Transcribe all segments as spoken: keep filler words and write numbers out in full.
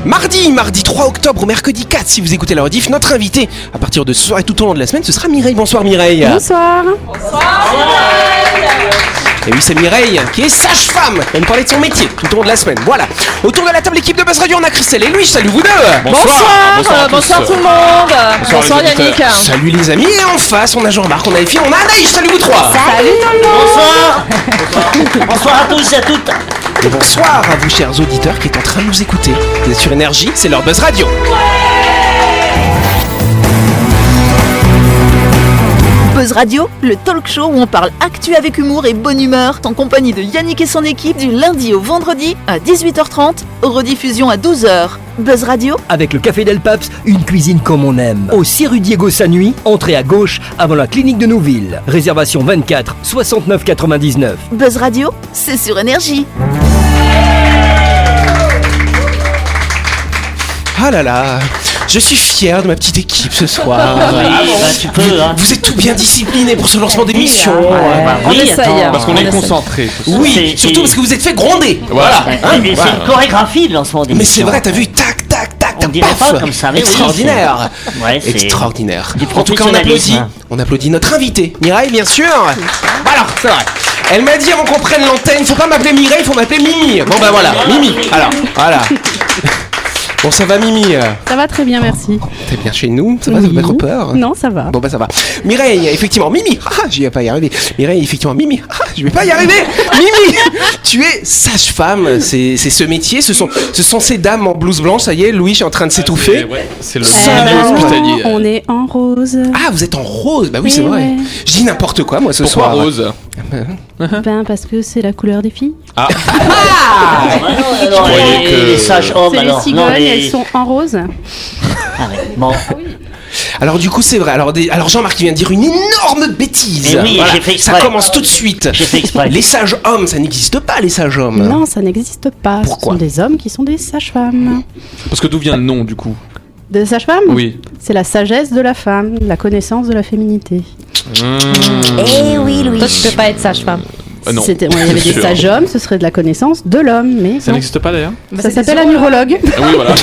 mardi, mardi trois octobre au mercredi quatre, si vous écoutez la rediff, notre invité à partir de ce soir et tout au long de la semaine, ce sera Mireille. Bonsoir Mireille. Bonsoir. Bonsoir. Et oui, c'est Mireille qui est sage-femme. Elle va nous parler de son métier tout au long de la semaine. Voilà. Autour de la table, l'équipe de Buzz Radio, on a Christelle et Louis. Salut vous deux. Bonsoir. Bonsoir, bonsoir, euh, bonsoir tout le monde. Bonsoir, bonsoir Yannick. Salut les amis. Et en face, on a Jean-Marc, on a Effie, on a Anaïs. Salut vous trois. Salut tout le monde. Bonsoir. Bonsoir. Bonsoir à tous et à toutes. Et bonsoir à vous chers auditeurs qui êtes en train de nous écouter. Vous êtes sur Énergie, c'est leur Buzz Radio. Buzz Radio, le talk show où on parle actu avec humour et bonne humeur, en compagnie de Yannick et son équipe du lundi au vendredi à dix-huit heures trente, rediffusion à douze heures. Buzz Radio avec le Café Del Paps, une cuisine comme on aime. Au six rue Diego Sanui, entrée à gauche avant la clinique de Nouville. Réservation vingt-quatre soixante-neuf quatre-vingt-dix-neuf. Buzz Radio, c'est sur Énergie. Ah là là, je suis fier de ma petite équipe ce soir. Oui, bah, tu peux, vous, hein. vous êtes tout bien disciplinés pour ce lancement d'émission. Ouais, Ouais. bah, On oui, essaye. attends. Parce qu'on On est essaye. concentré. Oui, C'est- surtout c'est- parce que vous êtes fait gronder. Voilà. Ouais. Hein, Mais voilà. c'est une chorégraphie de lancement d'émission. Mais c'est vrai, t'as vu, tac, tac, tac, On tac, dirait paf. pas comme ça, mais oui, Extraordinaire. c'est- ouais, c'est Extraordinaire. du En tout cas, on applaudit. professionnalisme. On applaudit notre invitée, Mireille, bien sûr. Voilà, c'est vrai. Elle m'a dit avant qu'on prenne l'antenne, faut pas m'appeler Mireille, faut m'appeler Mimi. Bon bah voilà, Mimi. Alors, voilà. Bon, ça va Mimi? Ça va très bien, merci. T'es bien chez nous? Ça va, Oui. ça va pas trop peur? Non, ça va. Bon bah ça va. Mireille, effectivement, Mimi, ah, j'y vais pas y arriver. Mireille, effectivement, Mimi, ah, je vais pas y arriver. Mimi, tu es sage-femme, c'est c'est ce métier, ce sont, ce sont ces dames en blouse blanche, ça y est, Louis, je suis en train de s'étouffer. Ouais, c'est le Euh, milieu non, hospitalier. on est en rose. Ah, vous êtes en rose, bah oui, Oui, c'est vrai. ouais. Je dis n'importe quoi, moi, ce Pourquoi soir. rose? Ben, parce que c'est la couleur des filles. Ah, Ah, bah non, alors, croyais les, que- les sages hommes, c'est les alors. cigognes, non, les... elles sont en rose. Ah ouais, bon. Alors du coup, c'est vrai. Alors, des- alors Jean-Marc il vient de dire une énorme bêtise. Mais oui, j'ai fait ça exprès. commence tout de suite. J'ai fait exprès. Les sages hommes, ça n'existe pas, les sages hommes. Non, ça n'existe pas. Pourquoi Ce sont des hommes qui sont des sages-femmes. parce que d'où vient le nom du coup? Des sages-femmes Oui. C'est la sagesse de la femme, la connaissance de la féminité. Eh oui, Louis. Toi, tu peux pas être sage-femme. Ah non. C'était- ouais, il y avait C'est des sûr. sages-hommes, ce serait de la connaissance de l'homme, mais Ça non. n'existe pas d'ailleurs? Ça s'appelle un urologue. Ah oui, voilà.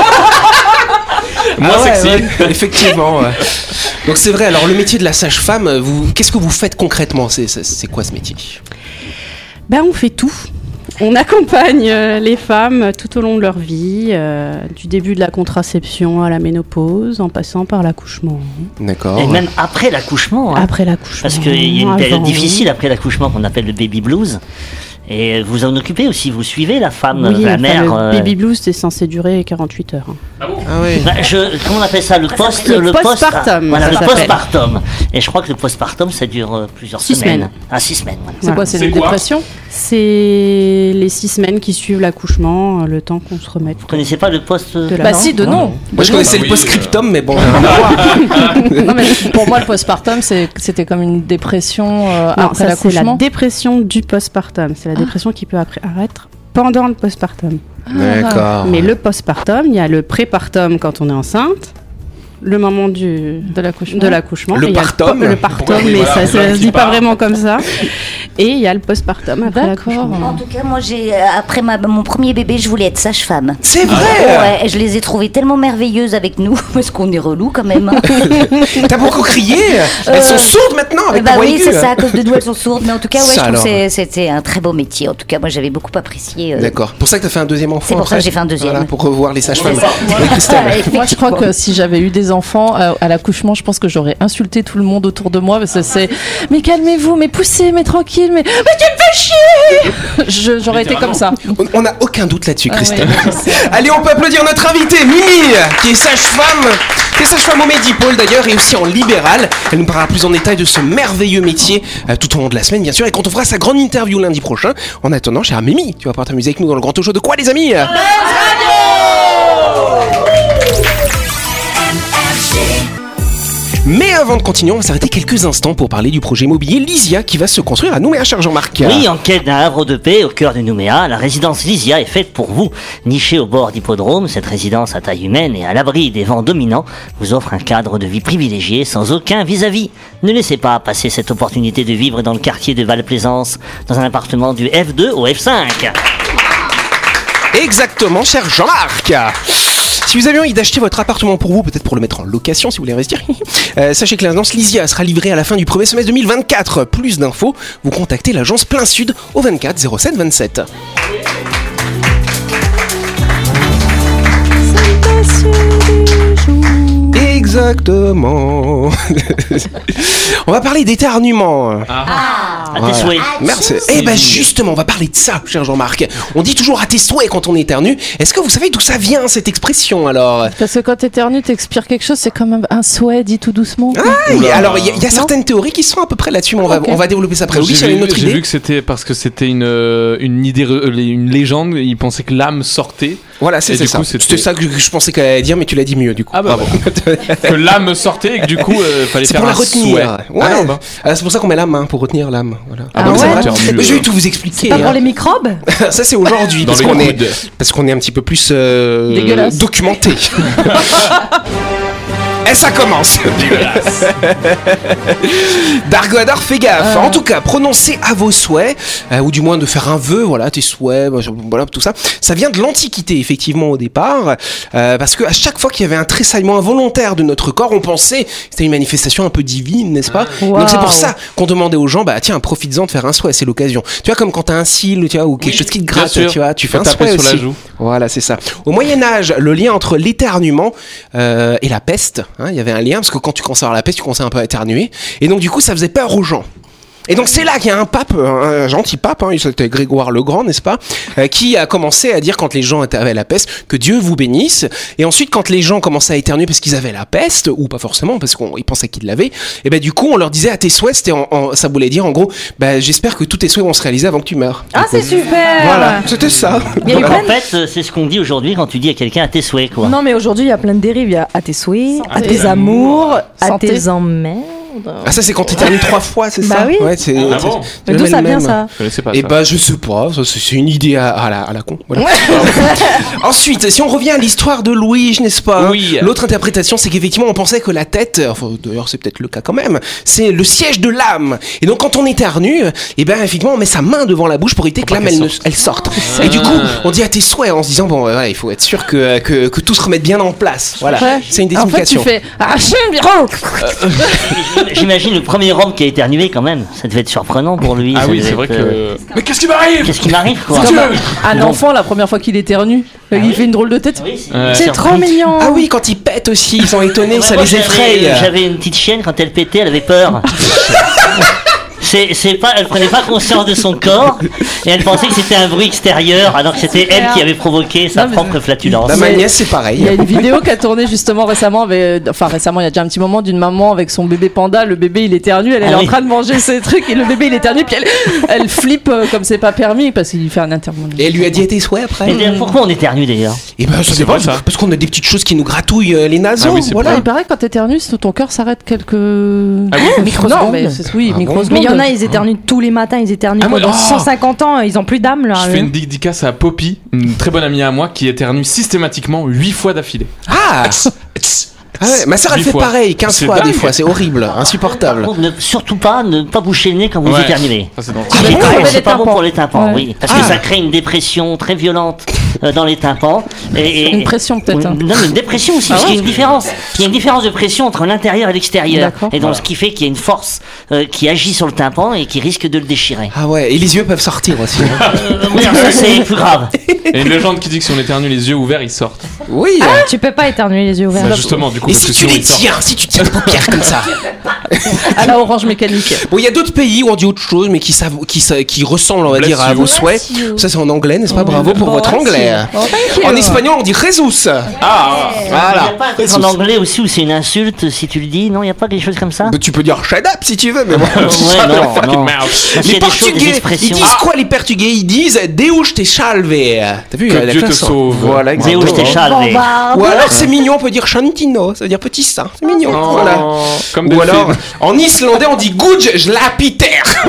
Moins Ah ouais, sexy. ouais, effectivement. ouais. Donc c'est vrai. Alors le métier de la sage-femme, vous, qu'est-ce que vous faites concrètement? C'est, c'est, c'est quoi ce métier? Ben, on fait tout. On accompagne euh, les femmes tout au long de leur vie, euh, du début de la contraception à la ménopause, en passant par l'accouchement. D'accord. Et même après l'accouchement. Hein. Après l'accouchement. Parce qu'il y a une période avant. difficile après l'accouchement qu'on appelle le baby blues. Et vous en occupez aussi, vous suivez la femme, Oui, la enfin, mère. le euh, baby blues, c'est censé durer quarante-huit heures. hein. Ah oui. bah, je, comment on appelle ça? Le post, Le post- postpartum, Voilà, ça le s'appelle. postpartum. Et je crois que le postpartum, ça dure euh, plusieurs Six semaines. semaines. Ah, six semaines. Voilà. C'est quoi, c'est C'est une quoi dépression? C'est les six semaines qui suivent l'accouchement, euh, le temps qu'on se remette. Vous connaissez pas le post De la- Bah non. si, de non. Moi je connaissais bah le oui, post-scriptum, mais bon. Non, mais pour moi, le postpartum, c'est- c'était comme une dépression euh, Non, après ça c'est la l'accouchement. dépression du postpartum. C'est la dépression qui peut après apparaître pendant le postpartum. D'accord. Mais le postpartum, il y a le prépartum quand on est enceinte, le moment du De l'accouchement. de l'accouchement. Le et il y a partum. po- Le partum, Pourquoi- oui, mais voilà, ça, c'est ça vrai, se qui dit pas part. vraiment comme ça. Et il y a le postpartum après D'accord. l'accouchement. En tout cas, moi, j'ai euh, après ma, mon premier bébé, je voulais être sage-femme. C'est vrai. Ouais, et je les ai trouvées tellement merveilleuses avec nous, parce qu'on est relous quand même. hein. T'as beaucoup crié. Elles sont sourdes maintenant avec bah ta voix oui, aiguë. c'est ça, à cause de nous, elles sont sourdes. Mais en tout cas, ouais, Ça je trouve alors. que c'est- c'était un très beau métier. En tout cas, moi, j'avais beaucoup apprécié. euh, D'accord. Pour ça que t'as fait un deuxième enfant. C'est pour ça après que j'ai fait un deuxième. Voilà, pour revoir les sages-femmes. C'est ça. Oui, Christelle. Moi, je crois que si j'avais eu des enfants euh, à l'accouchement, je pense que j'aurais insulté tout le monde autour de moi parce que c'est mais calmez-vous, mais poussez, mais tranquille, mais mais tu me fais chier. Je- J'aurais été comme ça. On- On n'a aucun doute là-dessus, Ah Christelle. ouais, je sais. Allez, on peut applaudir notre invitée, Mimi, qui est sage-femme, qui est sage-femme au Medipôle d'ailleurs, et aussi en libéral. Elle nous parlera plus en détail de ce merveilleux métier euh, tout au long de la semaine, bien sûr, et quand on fera sa grande interview lundi prochain. En attendant, chère Mimi, tu vas pouvoir t'amuser avec nous dans le grand talk show de quoi, les amis? Mais avant de continuer, on va s'arrêter quelques instants pour parler du projet immobilier Lysia qui va se construire à Nouméa, cher Jean-Marc. Oui, en quête d'un havre de paix au cœur de Nouméa, la résidence Lysia est faite pour vous. Nichée au bord d'hippodrome, cette résidence à taille humaine et à l'abri des vents dominants vous offre un cadre de vie privilégié sans aucun vis-à-vis. Ne laissez pas passer cette opportunité de vivre dans le quartier de Val-Plaisance, dans un appartement du F deux au F cinq. Exactement, cher Jean-Marc. Si vous avez envie d'acheter votre appartement pour vous, peut-être pour le mettre en location si vous voulez investir, euh, sachez que l'agence Lysia sera livrée à la fin du premier semestre deux mille vingt-quatre. Plus d'infos, vous contactez l'agence Plein Sud au vingt-quatre zéro sept vingt-sept. Exactement. On va parler d'éternuement. Ah, à Voilà. tes souhaits. Merci. Eh ben justement, on va parler de ça, cher Jean-Marc. On dit toujours à tes souhaits quand on éternue. Est-ce que vous savez d'où ça vient cette expression alors? Parce que quand t'éternues, t'expires quelque chose, c'est comme un, un souhait dit tout doucement. Ah, et alors il y a, y a certaines théories qui sont à peu près là-dessus, mais on va, Ok. on va développer ça après. Oui, J'ai j'avais vu, une autre j'ai idée. vu que c'était parce que c'était une, euh, une idée, re- une légende. Ils pensaient que l'âme sortait. Voilà, c'est Et c'est du ça. coup, c'était- C'était ça que je pensais qu'elle allait dire, mais tu l'as dit mieux du coup. Ah bah Bravo. Que l'âme sortait et que du coup, euh, fallait C'est faire pour un la retenir. souhait. Ouais. Ah non, bah. Ah, c'est pour ça qu'on met la main pour retenir l'âme. Voilà. Ah Donc, bah c'est ouais. vrai. C'est Mais je vais mieux. tout vous expliquer. Pas pour hein. les microbes? Ça c'est aujourd'hui Dans parce les qu'on est coudes. parce qu'on est un petit peu plus euh, Dégueulasse. documenté. Et ça commence. Dargoador, fais gaffe. Euh. En tout cas, prononcez à vos souhaits, euh, ou du moins de faire un vœu, voilà, tes souhaits, voilà, tout ça. Ça vient de l'Antiquité, effectivement, au départ, euh, parce qu'à chaque fois qu'il y avait un tressaillement involontaire de notre corps, on pensait que c'était une manifestation un peu divine, n'est-ce pas? Wow. Donc c'est pour ça qu'on demandait aux gens, bah tiens, profites-en de faire un souhait, c'est l'occasion. Tu vois, comme quand t'as un cil, tu vois, ou quelque Oui, chose qui te bien gratte, sûr. tu vois, tu fais Faut un taper souhait sur la aussi. joue. Voilà, c'est ça. Au Moyen-Âge, le lien entre l'éternuement euh, et la peste, hein, il y avait un lien, parce que quand tu commençais à avoir la peste, tu commençais un peu à éternuer. Et donc, du coup, ça faisait peur aux gens. Et donc c'est là qu'il y a un pape, un gentil pape, hein, il s'appelait Grégoire le Grand, n'est-ce pas, euh, qui a commencé à dire quand les gens avaient la peste que Dieu vous bénisse. Et ensuite quand les gens commençaient à éternuer parce qu'ils avaient la peste, ou pas forcément parce qu'ils pensaient qu'ils l'avaient, et ben du coup on leur disait à tes souhaits, c'était en, en- ça voulait dire en gros, bah, j'espère que tous tes souhaits vont se réaliser avant que tu meurs. Ah, c'est super! Voilà, c'était ça. Il y a eu Donc plein en fait, euh, c'est ce qu'on dit aujourd'hui quand tu dis à quelqu'un à tes souhaits, quoi. Non, mais aujourd'hui, il y a plein de dérives. Il y a à tes souhaits, à Santé. tes amours, à Santé. tes emmerdes. Ah ça c'est quand t'éternues trois fois, c'est Bah ça? oui. Ouais, c'est, Ah c'est- bon c'est Mais le d'où ça même. vient, ça? Je connaissais pas Et ça. bah je sais pas, ça, c'est c'est une idée à, à la, à la con. Voilà. Ensuite, si on revient à l'histoire de Louis, n'est-ce pas? Oui. L'autre interprétation, c'est qu'effectivement, on pensait que la tête, enfin d'ailleurs c'est peut-être le cas quand même, c'est le siège de l'âme. Et donc quand on éternue, et ben effectivement, on met sa main devant la bouche pour éviter que pas l'âme qu'elle elle, ne- sorte. elle sorte. Et du coup, on dit à tes souhaits en se disant bon, ouais, il faut être sûr que, que, que tout se remette bien en place. Voilà, Ouais. c'est une En fait, tu désignification. fais ah, chien, bureau. J'imagine le premier homme qui a éternué quand même. Ça devait être surprenant pour lui. Ah ça oui, devait c'est vrai être, euh, que. Mais qu'est-ce qui m'arrive? Qu'est-ce qui m'arrive, quoi? C'est comme un, un Donc- enfant la première fois qu'il éternue. Il fait une drôle de tête. Oui, c'est Ouais. C'est surpris. trop mignon. Ah oui, quand ils pètent aussi, ils sont étonnés, Ouais, ça moi, les j'avais- effraie. J'avais une petite chienne, quand elle pétait, elle avait peur. C'est, c'est pas, elle prenait pas conscience de son corps et elle pensait que c'était un bruit extérieur alors que c'était elle qui avait provoqué sa Non, mais- propre flatulence. Bah, ma Mais- nièce, c'est pareil. Il y a une vidéo qui a tourné justement récemment, avec, enfin récemment, il y a déjà un petit moment, d'une maman avec son bébé panda. Le bébé il éternue, elle, elle Ah est oui. en train de manger ses trucs et le bébé il éternue, puis elle, elle flippe euh, comme c'est pas permis parce qu'il fait un intervenant. Et elle lui a dit à tes souhaits après? Et d'ailleurs, pourquoi on éternue d'ailleurs? Et ben ça C'est dépend, vrai, ça. parce qu'on a des petites choses qui nous gratouillent euh, les naseaux, Ah oui, c'est voilà. Ah, il paraît que quand t'éternues, ton cœur s'arrête quelques Ah oui Microsecondes. Non, mais c'est- oui, Ah bon microsecondes. Mais il y en a, ils éternuent tous les matins, ils éternuent Ah, moi, pendant oh cent cinquante ans, ils ont plus d'âme là. Je fais une dédicace à Poppy, une très bonne amie à moi, qui éternue systématiquement huit fois d'affilée. Ah, Ah ouais, ma sœur elle Dix fait fois. pareil, quinze C'est fois des dingue. fois, c'est horrible, Par insupportable. contre, ne, surtout pas, ne pas boucher le nez quand vous Ouais. éternuez. Ça, c'est dans- C'est bon, pas, ça fait c'est les pas bon tympans. pour les tympans, Ouais. oui. Parce Ah. que ça crée une dépression très violente euh, dans les tympans. Et, et- Une pression, peut-être, hein. Non, mais une dépression aussi, Ah parce ouais. qu'il y a une différence. Il y a une différence de pression entre l'intérieur et l'extérieur. D'accord. Et donc, ce qui fait qu'il y a une force euh, qui agit sur le tympan et qui risque de le déchirer. Ah ouais, et les yeux peuvent sortir aussi. hein. Euh, oui, ça c'est plus grave. Et une légende qui dit que si on éternue les yeux ouverts, ils sortent. Oui. Tu peux pas éternuer les yeux ouverts. Bah, justement, du coup, Et parce si que tu sinon les ils sortent. tiens, si tu tiens les paupières comme ça. à la orange mécanique. Bon, il y a d'autres pays où on dit autre chose, mais qui savent, qui, sa- qui ressemblent, on va Bless dire, à you. vos souhaits. Ça c'est en anglais, n'est-ce pas? Bravo pour votre anglais. En espagnol, on dit Jesus. Ah, Il n'y Voilà. a pas un truc en Jesus. anglais aussi où c'est une insulte si tu le dis, non? Il n'y a pas quelque chose comme ça? Mais tu peux dire shut up si tu veux, mais bon. Ouais, non, fucking non. mouth. Parce qu'il y Les a des choses, des Portugais, ils expressions. disent quoi les Portugais? Ils disent Deus te salve. T'as vu Que la Dieu te classe, hein. sauve. Voilà, Deus exactement. te salve. Ou alors c'est mignon, on peut dire Chantino, ça veut dire petit saint, c'est mignon. Oh, Voilà. Comme Ou Delphine. alors en islandais on dit Gudj Slapiter.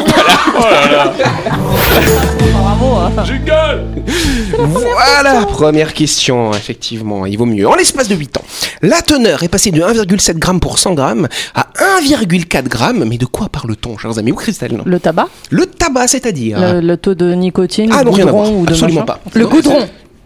Voilà, première question, effectivement, il vaut mieux. En l'espace de huit ans, la teneur est passée de un virgule sept grammes pour cent grammes à un virgule quatre grammes. Mais de quoi parle-t-on, chers amis? Ou Christelle? Le tabac, Le tabac, c'est-à-dire le, le taux de nicotine, Ah le non, rien à voir. goudron ou de Absolument machin. pas. Le goudron.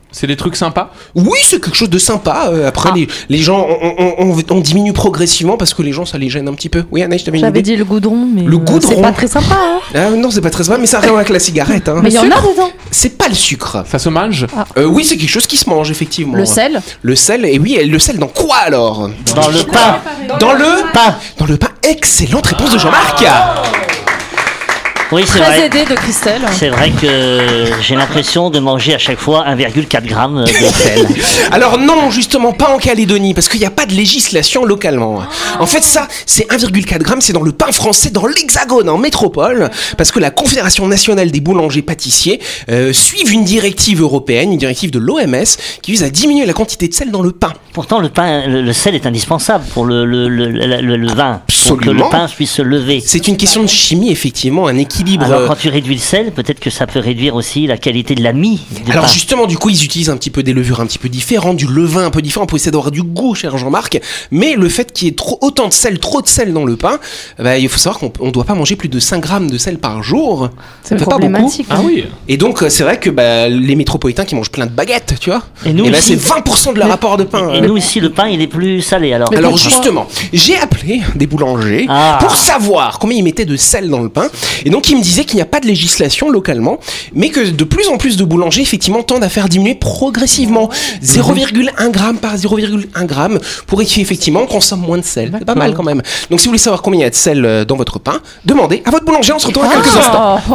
C'est des trucs sympas. Oui, c'est quelque chose de sympa. Euh, après, Ah. les, les gens, on, on, on, on diminue progressivement parce que les gens, ça les gêne un petit peu. Oui, Anaïs, t'avais une J'avais idée dit le goudron, mais Le euh, goudron. c'est pas très sympa. Hein. Ah, non, c'est pas très sympa, mais ça a rien avec la cigarette. Hein. Mais il y en a dedans. C'est pas le sucre. Ça se mange. Euh, oui, c'est quelque chose qui se mange, effectivement. Le sel. Le sel, et oui, et le sel dans quoi alors? Dans le pain. Dans le Pain. Dans le pain. Excellente réponse de Jean-Marc. Oui, c'est Très vrai. aidé de Christelle. C'est vrai que j'ai l'impression de manger à chaque fois un virgule quatre grammes de sel. Alors non, justement, pas en Calédonie, parce qu'il n'y a pas de législation localement. En fait, ça, c'est un virgule quatre grammes, c'est dans le pain français, dans l'Hexagone, en métropole, parce que la Confédération nationale des boulangers pâtissiers euh, suivent une directive européenne, une directive de l'O M S, qui vise à diminuer la quantité de sel dans le pain. Pourtant, le pain, le, le sel est indispensable pour le, le, le, le, le- le vin, pour que Absolument. le pain puisse se lever. C'est une question de chimie, effectivement, un équilibre. Alors, euh, quand tu réduis le sel, peut-être que ça peut réduire aussi la qualité de la mie du Alors pain. justement, du coup, ils utilisent un petit peu des levures un petit peu différentes, du levain un peu différent pour essayer d'avoir du goût, cher Jean-Marc. Mais le fait qu'il y ait trop, autant de sel, trop de sel dans le pain, bah, il faut savoir qu'on ne doit pas manger plus de cinq grammes de sel par jour. C'est Ça fait pas beaucoup. problématique. Ah oui. Et donc, euh, c'est vrai que bah, les métropolitains qui mangent plein de baguettes, tu vois, Et nous eh ben, aussi. c'est vingt pour cent de leur rapport de pain. Et hein. nous ici, le pain, il est plus salé. Alors, Alors pourquoi justement, j'ai appelé des boulangers Ah. pour savoir combien ils mettaient de sel dans le pain. Et donc ils me disaient qu'il n'y a pas de législation localement, mais que de plus en plus de boulangers effectivement tendent à faire diminuer progressivement zéro virgule un gramme par zéro virgule un gramme pour effectivement consomme moins de sel. C'est pas mal quand même. Donc si vous voulez savoir combien il y a de sel euh, dans votre pain, demandez à votre boulanger. On se retrouve dans quelques instants. Oh.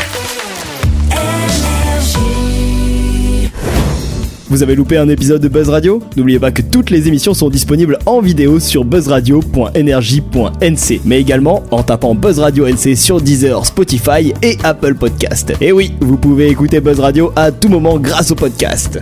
Vous avez loupé un épisode de Buzz Radio? N'oubliez pas que toutes les émissions sont disponibles en vidéo sur buzzradio point energie point n c, mais également en tapant Buzz Radio N C sur Deezer, Spotify et Apple Podcast. Et oui, vous pouvez écouter Buzz Radio à tout moment grâce au podcast.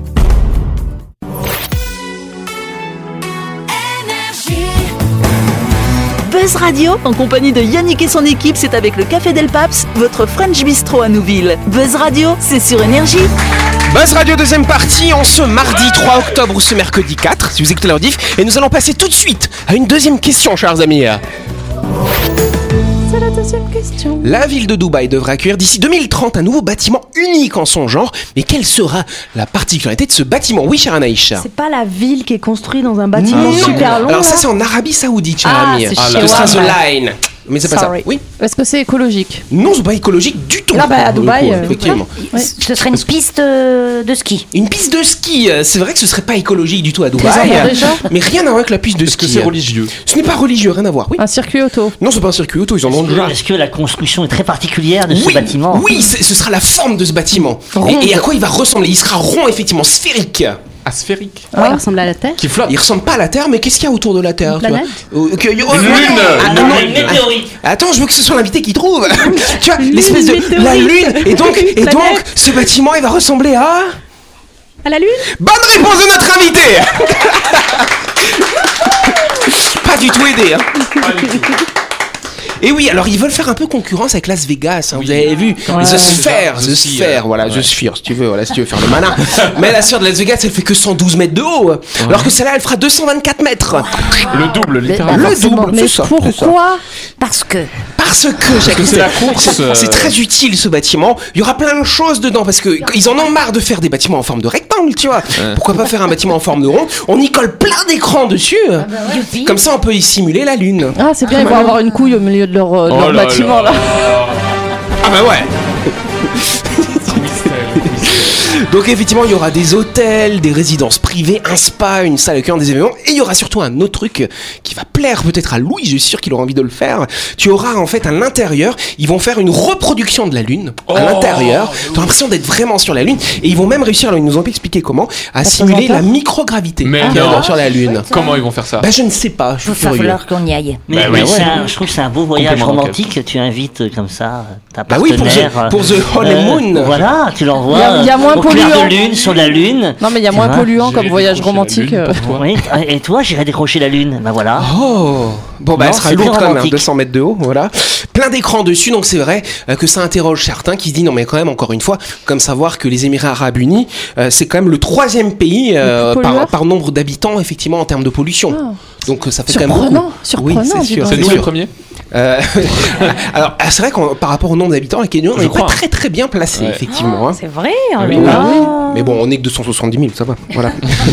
Buzz Radio, en compagnie de Yannick et son équipe, c'est avec le Café Del Paps, votre French Bistro à Nouville. Buzz Radio, c'est sur Énergie. Buzz Radio deuxième partie en ce mardi trois octobre ou ce mercredi quatre, si vous écoutez leur diff. Et nous allons passer tout de suite à une deuxième question, chers amis. C'est la deuxième question. La ville de Dubaï devrait accueillir d'ici deux mille trente un nouveau bâtiment unique en son genre. Mais quelle sera la particularité de ce bâtiment? Oui, cher Anaïs. C'est pas la ville qui est construite dans un bâtiment Non. super long. Alors ça là c'est en Arabie Saoudite, cher Ah, ami. c'est Ce chez sera Wam. The Line. Mais c'est pas Sorry. ça. Oui. Est-ce que c'est écologique? Non, c'est pas écologique du tout. Là, bah, à pour le Dubaï, coup, euh, effectivement. Oui, ce serait une piste euh, de ski. Une piste de ski, euh, c'est vrai que ce serait pas écologique du tout à Les Dubaï. enfants déjà? Mais rien à voir avec la piste de Est-ce ski. que c'est religieux? Ce n'est pas religieux, rien à voir. Oui. Un circuit auto. Non, c'est pas un circuit auto, ils en ont est-ce déjà. que, est-ce que la construction est très particulière de ce Oui, bâtiment? oui, c'est- ce sera la forme de ce bâtiment. Ronde. Et, et à quoi il va ressembler? Il sera rond, effectivement, sphérique. Ah, sphérique. Ouais, il ressemble à la Terre. Qui flotte. Il ressemble pas à la Terre, mais qu'est-ce qu'il y a autour de la Terre? Une tu vois planète Euh, que- oh, Une non, lune. ah, Ah, non, non, une météorite. ah, Attends, je veux que ce soit l'invité qui trouve. Tu vois, Une l'espèce de météorite. la lune. Et donc, Une et donc, planète. ce bâtiment, il va ressembler à. À la Lune? Bonne réponse de notre invité. Pas du tout aidé. Hein. Et oui, alors ils veulent faire un peu concurrence avec Las Vegas, hein, vous avez vu, Ouais. The Sphere, The The Sphere, Sphere, voilà, The Sphere, si tu veux, voilà, si tu veux faire le malin. Mais la sphère de Las Vegas, elle fait que cent douze mètres de haut, alors que celle-là, elle fera deux cent vingt-quatre mètres. Le double, littéralement. Le forcément. double, Mais c'est ça. c'est ça. pourquoi? Parce que Parce que, Jacques, que c'est la course, c'est- euh. c'est très utile ce bâtiment. Il y aura plein de choses dedans parce que ils en ont marre de faire des bâtiments en forme de rectangle, tu vois. Pourquoi pas faire un bâtiment en forme de rond? On y colle plein d'écrans dessus. Youpi. Comme ça, on peut y simuler la lune. Ah, c'est bien, ils vont avoir une couille au milieu de leur, euh, de Oh leur là bâtiment là. Ah bah ouais. Donc effectivement, il y aura des hôtels, des résidences privées, un spa, une salle d'accueil, des événements, et il y aura surtout un autre truc qui va plaire peut-être à Louis, je suis sûr qu'il aura envie de le faire. Tu auras en fait à l'intérieur, ils vont faire une reproduction de la Lune à l'intérieur. T'as l'impression d'être vraiment sur la Lune, et ils vont même réussir, alors ils nous ont pas expliqué comment, à simuler la microgravité Mais qu'il y a non. sur la Lune. Comment ils vont faire ça? Bah je ne sais pas, je il suis va curieux. falloir qu'on y aille. Mais, Bah mais oui. c'est un- je trouve que c'est un beau voyage Complément d'enquête. romantique. Tu invites euh, comme ça ta Bah oui, partenaire. pour the- pour the honeymoon. euh, voilà, tu l'envoies Il y a- il y a euh, moins au clair polluant. de lune, sur la lune. Non, mais il y a Tu moins vois, polluant comme j'irai voyage décrocher la romantique. lune euh. pour toi. Oui. Et toi, j'irai décrocher la lune. Ben voilà. Oh bon bah Non, elle sera c'est lourde plus quand même, hein, romantique. deux cents mètres de haut, voilà. Plein d'écrans dessus, donc c'est vrai euh, que ça interroge certains qui se disent non mais quand même encore une fois, comme savoir que les Émirats Arabes Unis, euh, c'est quand même le troisième pays euh, Le plus par, pollueur. par nombre d'habitants effectivement en termes de pollution. Ah. Donc euh, ça fait quand même Surprenant, beaucoup. surprenant, Oui, c'est dis sûr. donc. C'est c'est nous les sûr. premiers? Euh, alors, ah, c'est vrai que par rapport au nombre d'habitants, la Kénion Je n'est pas crois. très très bien placée, Ouais. effectivement. hein. C'est vrai, Ah oh oui, là oui, là. oui. Mais bon, on est que deux cent soixante-dix mille, ça va. Voilà.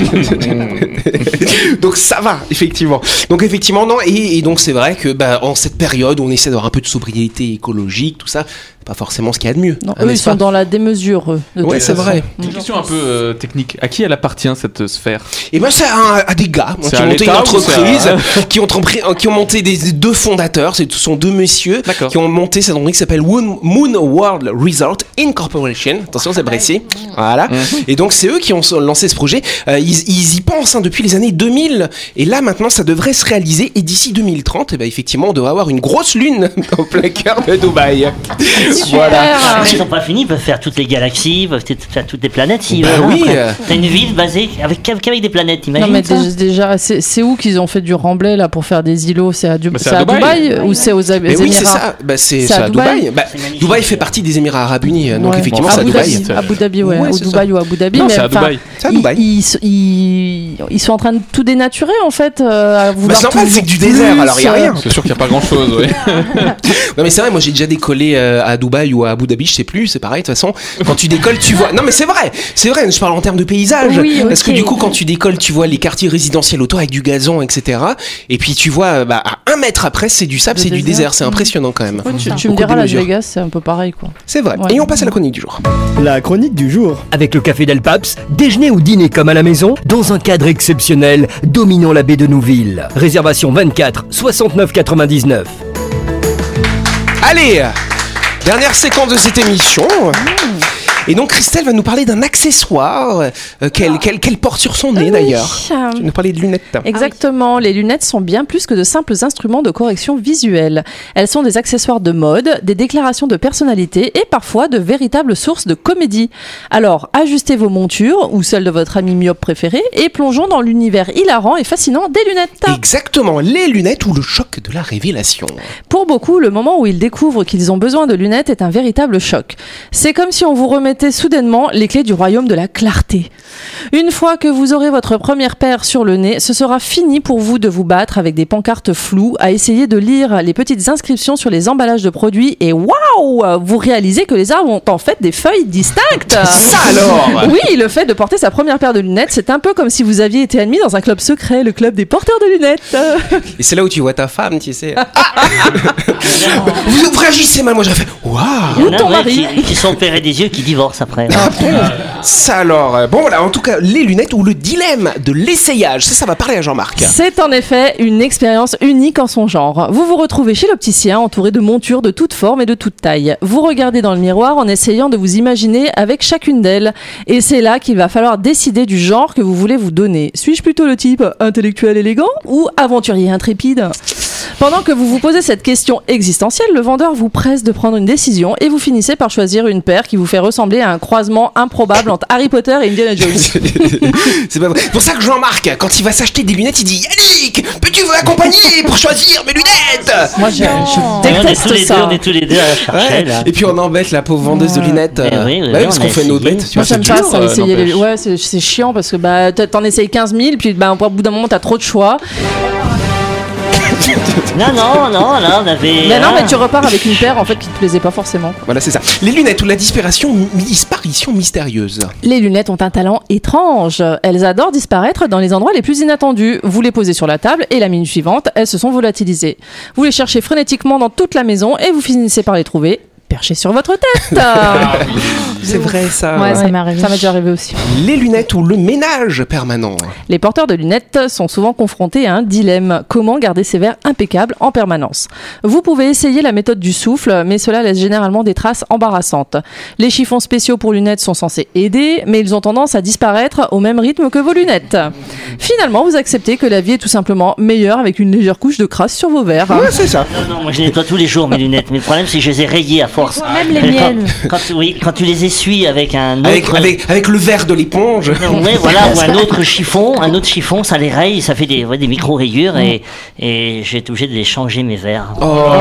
Donc ça va, effectivement. Donc effectivement, non. Et, et donc c'est vrai que bah, en cette période où on essaie d'avoir un peu de sobriété écologique, tout ça, c'est pas forcément ce qu'il y a de mieux. Non, hein, eux, ils n'est-ce sont pas dans la démesure. eux, de Ouais, toute c'est façon. vrai. Une question un peu euh, technique. À qui elle appartient cette sphère? Et ben c'est à, à des gars C'est qui à ont monté une l'État ou entreprise, c'est à- qui ont, trempri- qui ont monté des, des deux fondateurs, ce sont deux messieurs D'accord. qui ont monté cette entreprise qui s'appelle Moon, Moon World Resort Incorporation. Attention, c'est précis. Voilà. Et donc c'est eux qui ont lancé ce projet. Euh, ils, ils y pensent hein, depuis les années deux mille. Et là maintenant, ça devrait se réaliser. Et d'ici deux mille trente, et ben effectivement, on devrait avoir une grosse lune au plein cœur de Dubaï. Voilà. Après, ils sont pas finis, ils peuvent faire toutes les galaxies, ils peuvent peut-être faire toutes les planètes s'ils Bah veulent. hein, oui, après. euh. T'as une ville basée avec, qu'avec des planètes, Non imagine mais ça. déjà, déjà, c'est c'est où qu'ils ont fait du remblai là pour faire des îlots? C'est à, Du- Bah, c'est c'est à à Dubaï. Dubaï ou c'est aux Ab- Mais Émirats? oui, c'est ça. Bah, c'est C'est c'est à à Dubaï. Dubaï. Bah, C'est magnifique. Dubaï fait partie des Émirats Arabes Unis. Donc Ouais. effectivement, Bon, c'est à Abu Dubaï. Dhabi, Abu Dhabi, ouais, Ouais, ou c'est Dubaï ou Abu Dhabi. Non, mais c'est à enfin, Dubaï. C'est à ils- Dubaï. Ils, ils, ils sont en train de tout dénaturer en fait. Euh, à Bah, vouloir c'est normal, toujours c'est que du plus, désert, alors il y a euh, rien. C'est sûr qu'il n'y a pas grand chose, oui. Non mais c'est vrai, moi j'ai déjà décollé euh, à Dubaï ou à Abu Dhabi, je sais plus, c'est pareil de toute façon. Quand tu décolles, tu vois. Non mais c'est vrai, c'est vrai. Je parle en termes de paysage, Oui, parce ok. que du coup quand tu décolles, tu vois les quartiers résidentiels autour avec du gazon, et cetera. Et puis tu vois, euh, bah, à un mètre après, c'est du sable, Le c'est du désert. désert. C'est impressionnant quand même. Ouais, tu, tu me Beaucoup de diras, Las mesures. Vegas, c'est un peu pareil quoi. C'est vrai. Ouais. Et on passe à la chronique du jour. La chronique du jour. Avec le café Del Paps, déjeuner ou dîner comme à la maison, dans un cadre exceptionnel, dominant la baie de Nouville. Réservation vingt-quatre soixante-neuf quatre-vingt-dix-neuf. Allez, dernière séquence de cette émission. Et donc Christelle va nous parler d'un accessoire euh, qu'elle qu'elle qu'elle porte sur son nez d'ailleurs. Oui. Tu vas nous parler de lunettes. Exactement, les lunettes sont bien plus que de simples instruments de correction visuelle. Elles sont des accessoires de mode, des déclarations de personnalité et parfois de véritables sources de comédie. Alors, ajustez vos montures ou celles de votre ami myope préféré et plongeons dans l'univers hilarant et fascinant des lunettes. Exactement, les lunettes ou le choc de la révélation. Pour beaucoup, le moment où ils découvrent qu'ils ont besoin de lunettes est un véritable choc. C'est comme si on vous remettait soudainement les clés du royaume de la clarté. Une fois que vous aurez votre première paire sur le nez, ce sera fini pour vous de vous battre avec des pancartes floues à essayer de lire les petites inscriptions sur les emballages de produits et waouh, vous réalisez que les arbres ont en fait des feuilles distinctes. Ça alors. Oui, le fait de porter sa première paire de lunettes, c'est un peu comme si vous aviez été admis dans un club secret, le club des porteurs de lunettes. Et c'est là où tu vois ta femme, tu sais. Ah vous, vous réagissez mal, moi j'aurais fait waouh. Il y en a ton ouais, mari. qui, qui sont opérés des yeux qui divorcent après. Ça alors. Bon voilà, en tout cas, les lunettes ou le dilemme de l'essayage. Ça, ça va parler à Jean-Marc. C'est en effet une expérience unique en son genre. Vous vous retrouvez chez l'opticien entouré de montures de toutes formes et de toutes tailles. Vous regardez dans le miroir en essayant de vous imaginer avec chacune d'elles. Et c'est là qu'il va falloir décider du genre que vous voulez vous donner. Suis-je plutôt le type intellectuel élégant ou aventurier intrépide ? Pendant que vous vous posez cette question existentielle, le vendeur vous presse de prendre une décision et vous finissez par choisir une paire qui vous fait ressembler à un croisement improbable entre Harry Potter et Indiana Jones. C'est pas vrai. C'est pour ça que Jean-Marc, quand il va s'acheter des lunettes, il dit Yannick, peux-tu m'accompagner pour choisir mes lunettes? Moi, je, je on est déteste tous les deux, ça. on est tous les deux à la chercher Ouais. là. Et puis on embête la pauvre vendeuse de lunettes. Mais euh, oui, oui, bah oui, parce on qu'on a fait nos essayé. bêtes. Tu Moi vois, j'aime c'est pas dur. ça, euh, essayer les... n'empêche. Ouais, c'est, c'est chiant parce que bah, t'en t'en essayes quinze mille, puis bah, au bout d'un moment t'as trop de choix. Non, non, non, là on avait. Mais non, hein, mais tu repars avec une paire en fait qui te plaisait pas forcément. Voilà, c'est ça. Les lunettes ou la disparition, disparition mystérieuse. Les lunettes ont un talent étrange. Elles adorent disparaître dans les endroits les plus inattendus. Vous les posez sur la table et la minute suivante, elles se sont volatilisées. Vous les cherchez frénétiquement dans toute la maison et vous finissez par les trouver perchées sur votre tête. C'est vrai ça. Ouais, ça m'est arrivé. Ça m'est déjà arrivé aussi. Les lunettes ou le ménage permanent. Les porteurs de lunettes sont souvent confrontés à un dilemme. Comment garder ses verres impeccables en permanence? Vous pouvez essayer la méthode du souffle, mais cela laisse généralement des traces embarrassantes. Les chiffons spéciaux pour lunettes sont censés aider, mais ils ont tendance à disparaître au même rythme que vos lunettes. Finalement, vous acceptez que la vie est tout simplement meilleure avec une légère couche de crasse sur vos verres. Ouais, c'est ça. Non, non, moi je nettoie tous les jours mes lunettes, mais le problème c'est que je les ai rayées à force force. Même les miennes. Quand, quand- oui, quand tu les essuies avec un autre. Avec, avec, avec le verre de l'éponge. Ouais, voilà, ou un autre chiffon, un autre chiffon, ça les raye, ça fait des, ouais, des micro-rayures et, et j'ai été obligé de les changer mes verres.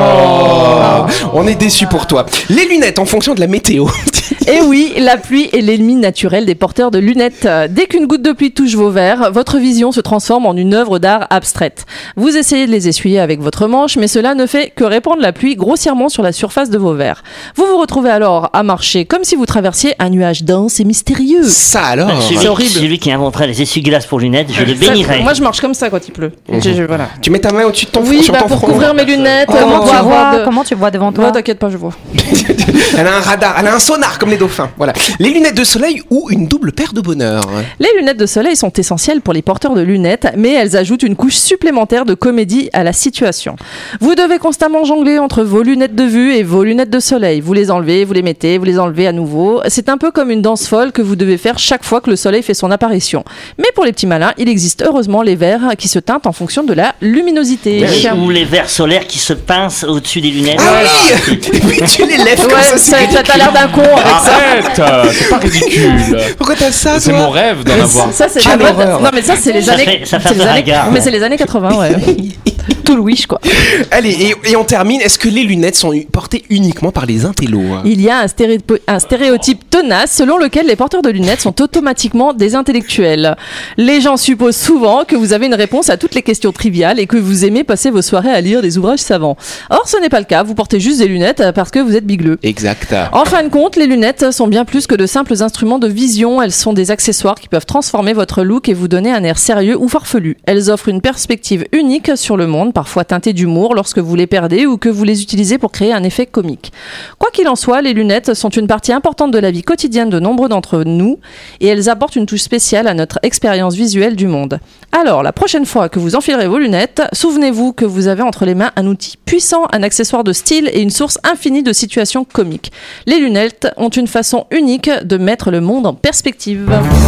Oh, on est déçus pour toi. Les lunettes en fonction de la météo. Et oui, la pluie est l'ennemi naturel des porteurs de lunettes. Dès qu'une goutte de pluie touche vos verres, votre vision se transforme en une œuvre d'art abstraite. Vous essayez de les essuyer avec votre manche, mais cela ne fait que répandre la pluie grossièrement sur la surface de vos verres. Vous vous retrouvez alors à marcher comme si vous traversiez un nuage dense et mystérieux. Ça alors. Celui, C'est horrible. celui qui inventerait les essuie-glaces pour lunettes, je le Ça, bénirais. moi, je marche comme ça quand il pleut. Je- je- voilà. Tu mets ta main au-dessus de ton front, Oui, sur bah, ton pour front. couvrir mes lunettes. Oh, euh, Comment pour tu avoir vois de- Comment tu vois devant toi Ouais, t'inquiète pas, je vois. Elle a un radar, elle a un sonar comme les dauphins. Voilà. Les lunettes de soleil ou une double paire de bonheur. Les lunettes de soleil sont essentielles pour les porteurs de lunettes, mais elles ajoutent une couche supplémentaire de comédie à la situation. Vous devez constamment jongler entre vos lunettes de vue et vos lunettes de soleil. Vous les enlevez, vous les mettez, vous les enlevez à nouveau. C'est un peu comme une danse folle que vous devez faire chaque fois que le soleil fait son apparition. Mais pour les petits malins, il existe heureusement les verres qui se teintent en fonction de la luminosité. Oui, ou les verres solaires qui se pincent au-dessus des lunettes. Ah oui. Et puis tu les lèves comme Ouais, ça. ça, c'est ça t'as l'air d'un con avec ça. Arrête, euh, c'est pas ridicule. Pourquoi t'as ça, C'est toi mon rêve d'en avoir. Ça, c'est Quelle la mode. horreur. Non, mais ça, c'est les Ça années. fait- ça fait c'est un les peu années- ringard, Mais ouais. c'est les années quatre-vingts, ouais. Tout le wish, quoi. Allez, et, et on termine. Est-ce que les lunettes sont portées uniquement par les intellos? Il y a un, stéréotype, un stéréotype tenace selon lequel les porteurs de lunettes sont automatiquement des intellectuels. Les gens supposent souvent que vous avez une réponse à toutes les questions triviales et que vous aimez passer vos soirées à lire des ouvrages savants. Or, ce n'est pas le cas. Vous portez juste des lunettes parce que vous êtes bigleux. Exact. En fin de compte, les lunettes sont bien plus que de simples instruments de vision. Elles sont des accessoires qui peuvent transformer votre look et vous donner un air sérieux ou farfelu. Elles offrent une perspective unique sur le monde, parfois teintée d'humour lorsque vous les perdez ou que vous les utilisez pour créer un effet comique. Quoi qu'il en soit, les lunettes sont une partie importante de la vie quotidienne de nombreux d'entre nous et elles apportent une touche spéciale à notre expérience visuelle du monde. Alors, la prochaine fois que vous enfilerez vos lunettes, souvenez-vous que vous avez entre les mains un outil puissant, un accessoire de style et une source infinie de situations comiques. Les lunettes ont une façon unique de mettre le monde en perspective.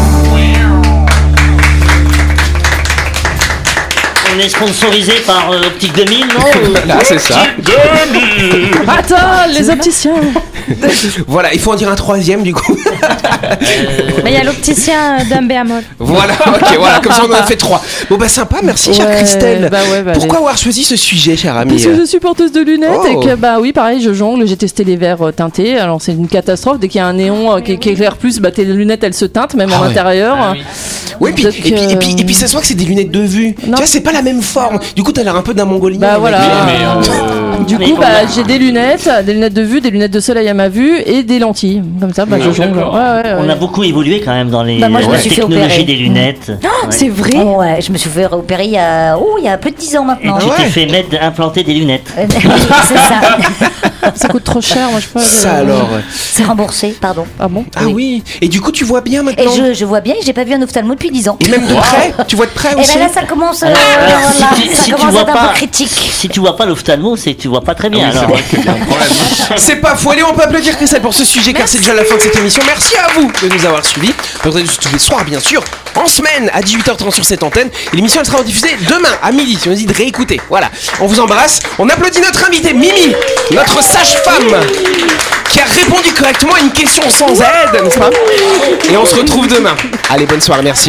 On est sponsorisé par euh, Optique deux mille, non Là, c'est ça. Attends, les opticiens. Voilà, il faut en dire un troisième du coup. Mais il y a l'opticien d'un béamol. Voilà, ok, voilà, comme ça on en a fait trois. Bon bah sympa, merci chère Ouais, Christelle. bah ouais, bah Pourquoi allez. avoir choisi ce sujet, cher ami? Parce que je suis porteuse de lunettes Oh. et que bah oui pareil je jongle, j'ai testé les verres euh, teintés, alors c'est une catastrophe, dès qu'il y a un néon euh, qui, qui éclaire plus, bah tes lunettes elles se teintent même Ah en ouais. intérieur. Oui, puis, Donc, et, puis, et, puis, euh, et puis ça se voit que c'est des lunettes de vue. Tu Non. vois, c'est pas la même forme. Du coup, t'as l'air un peu d'un mongolien. Bah voilà. Mais, euh, Du Mais coup on bah a- j'ai des lunettes, des lunettes de vue, des lunettes de soleil à ma vue et des lentilles. Comme ça bah Oui, je oui, jongle. d'accord. Ouais, ouais, ouais. On a beaucoup évolué quand même dans les Bah, moi, je me la suis fait technologie opérer. des lunettes. Ouais. C'est vrai Ouais, je me suis fait opérer il y a, oh, il y a plus de dix ans Et maintenant. tu ouais. t'es fait mettre, implanter des lunettes. Euh, oui, c'est ça. Ça coûte trop cher, moi je sais pas. Ça euh, alors. C'est remboursé, pardon. Ah bon? Ah oui. Et du coup, tu vois bien Et maintenant. je, je vois bien, j'ai pas vu un ophtalmo depuis dix ans. Et même de près. Tu vois de près Et aussi. ben là, ça commence, euh, Alors, alors, voilà, si tu, ça si tu commence à vois être un pas, peu critique. si tu vois pas l'ophtalmo, c'est que tu vois pas très bien. oui, c'est alors. vrai qu'il y a un problème. C'est pas faux. Allez, on peut applaudir Christelle pour ce sujet car c'est déjà la fin de cette émission. Merci à vous de nous avoir suivis. Retrouvez-nous tous les soirs, bien sûr, en semaine à dix-huit heures trente sur cette antenne. Et l'émission elle sera diffusée demain à midi. Si on nous dit de réécouter. Voilà. On vous embrasse. On applaudit notre invité Mimi, notre sage-femme, qui a répondu correctement à une question sans aide, n'est-ce pas? Et on se retrouve demain. Allez, bonne soirée. Merci.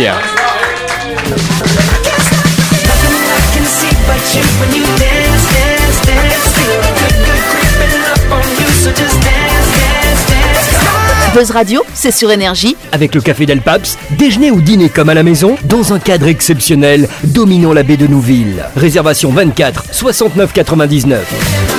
Buzz Radio, c'est sur Énergie. Avec le café Del Paps, déjeuner ou dîner comme à la maison, dans un cadre exceptionnel, dominant la baie de Nouville. Réservation vingt-quatre soixante-neuf quatre-vingt-dix-neuf.